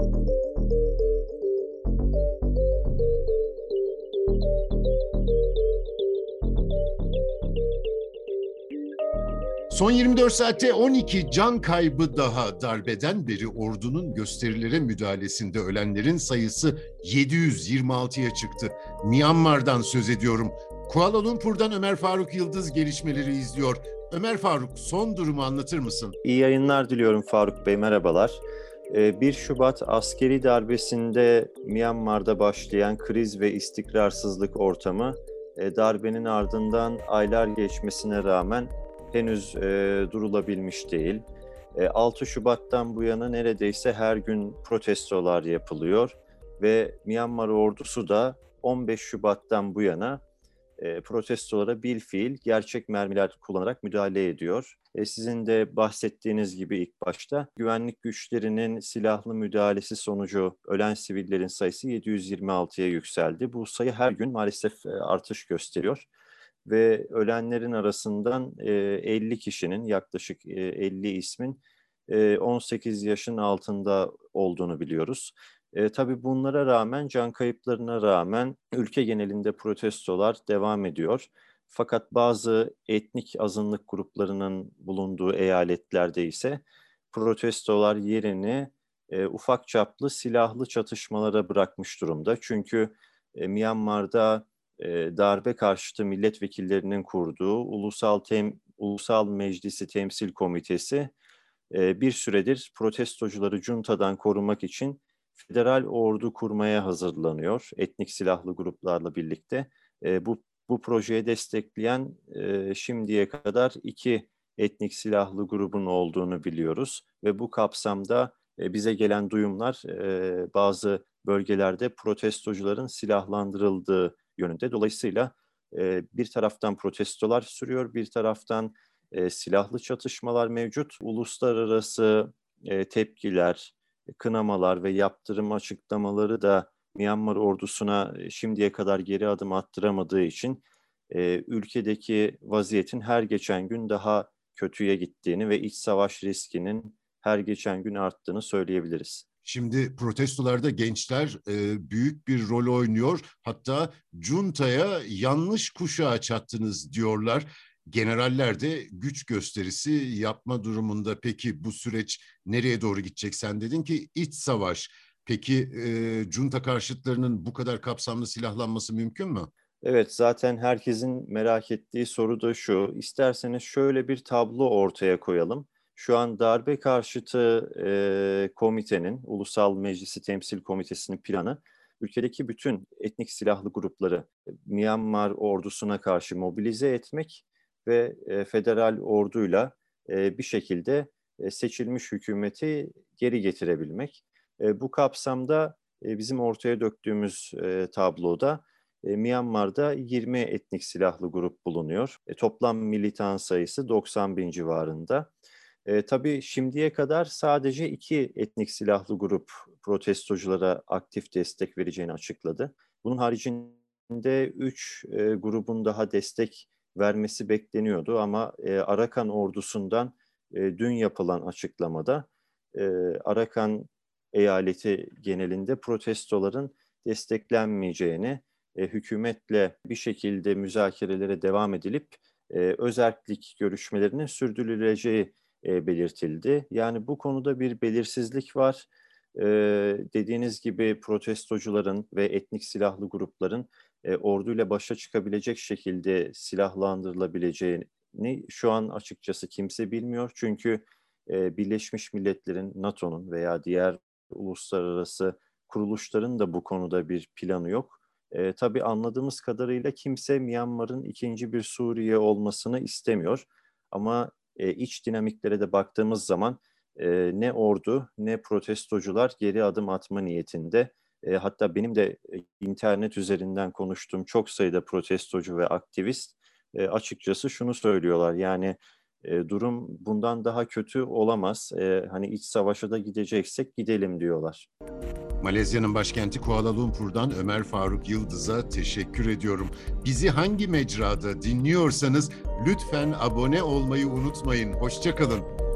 Son 24 saatte 12 can kaybı daha. Darbeden beri ordunun gösterilere müdahalesinde ölenlerin sayısı 726'ya çıktı. Myanmar'dan söz ediyorum. Kuala Lumpur'dan Ömer Faruk Yıldız gelişmeleri izliyor. Ömer Faruk, son durumu anlatır mısın? İyi yayınlar diliyorum Faruk Bey, merhabalar. 1 Şubat askeri darbesinde Myanmar'da başlayan kriz ve istikrarsızlık ortamı darbenin ardından aylar geçmesine rağmen henüz durulabilmiş değil. 6 Şubat'tan bu yana neredeyse her gün protestolar yapılıyor ve Myanmar ordusu da 15 Şubat'tan bu yana protestolara bilfiil gerçek mermiler kullanarak müdahale ediyor. Sizin de bahsettiğiniz gibi ilk başta güvenlik güçlerinin silahlı müdahalesi sonucu ölen sivillerin sayısı 726'ya yükseldi. Bu sayı her gün maalesef artış gösteriyor ve ölenlerin arasından 50 kişinin, yaklaşık 50 ismin 18 yaşın altında olduğunu biliyoruz. Tabii bunlara rağmen, can kayıplarına rağmen ülke genelinde protestolar devam ediyor. Fakat bazı etnik azınlık gruplarının bulunduğu eyaletlerde ise protestolar yerini ufak çaplı silahlı çatışmalara bırakmış durumda. Çünkü Myanmar'da darbe karşıtı milletvekillerinin kurduğu Ulusal Meclisi Temsil Komitesi bir süredir protestocuları juntadan korumak için federal ordu kurmaya hazırlanıyor etnik silahlı gruplarla birlikte. Bu projeyi destekleyen şimdiye kadar 2 etnik silahlı grubun olduğunu biliyoruz ve bu kapsamda bize gelen duyumlar bazı bölgelerde protestocuların silahlandırıldığı yönünde. Dolayısıyla bir taraftan protestolar sürüyor, bir taraftan silahlı çatışmalar mevcut. Uluslararası tepkiler, kınamalar ve yaptırım açıklamaları da Myanmar ordusuna şimdiye kadar geri adım attıramadığı için ülkedeki vaziyetin her geçen gün daha kötüye gittiğini ve iç savaş riskinin her geçen gün arttığını söyleyebiliriz. Şimdi protestolarda gençler büyük bir rol oynuyor. Hatta juntaya yanlış kuşağı çattınız diyorlar. Generaller de güç gösterisi yapma durumunda. Peki bu süreç nereye doğru gidecek? Sen dedin ki iç savaş. Peki junta karşıtlarının bu kadar kapsamlı silahlanması mümkün mü? Evet, zaten herkesin merak ettiği soru da şu. İsterseniz şöyle bir tablo ortaya koyalım. Şu an darbe karşıtı komitenin, Ulusal Meclisi Temsil Komitesi'nin planı, ülkedeki bütün etnik silahlı grupları Myanmar ordusuna karşı mobilize etmek ve federal orduyla bir şekilde seçilmiş hükümeti geri getirebilmek. Bu kapsamda bizim ortaya döktüğümüz tabloda Myanmar'da 20 etnik silahlı grup bulunuyor. Toplam militan sayısı 90 bin civarında. Tabii şimdiye kadar sadece 2 etnik silahlı grup protestoculara aktif destek vereceğini açıkladı. Bunun haricinde 3 grubun daha destek vermesi bekleniyordu ama Arakan ordusundan dün yapılan açıklamada Arakan eyaleti genelinde protestoların desteklenmeyeceğini, hükümetle bir şekilde müzakerelere devam edilip özerklik görüşmelerinin sürdürüleceği belirtildi. Yani bu konuda bir belirsizlik var. Dediğiniz gibi protestocuların ve etnik silahlı grupların orduyla başa çıkabilecek şekilde silahlandırılabileceğini şu an açıkçası kimse bilmiyor. Çünkü Birleşmiş Milletler'in, NATO'nun veya diğer uluslararası kuruluşların da bu konuda bir planı yok. Tabii anladığımız kadarıyla kimse Myanmar'ın ikinci bir Suriye olmasını istemiyor. Ama iç dinamiklere de baktığımız zaman ne ordu ne protestocular geri adım atma niyetinde. Hatta benim de internet üzerinden konuştuğum çok sayıda protestocu ve aktivist açıkçası şunu söylüyorlar. Yani durum bundan daha kötü olamaz. Hani iç savaşa da gideceksek gidelim diyorlar. Malezya'nın başkenti Kuala Lumpur'dan Ömer Faruk Yıldız'a teşekkür ediyorum. Bizi hangi mecrada dinliyorsanız lütfen abone olmayı unutmayın. Hoşça kalın.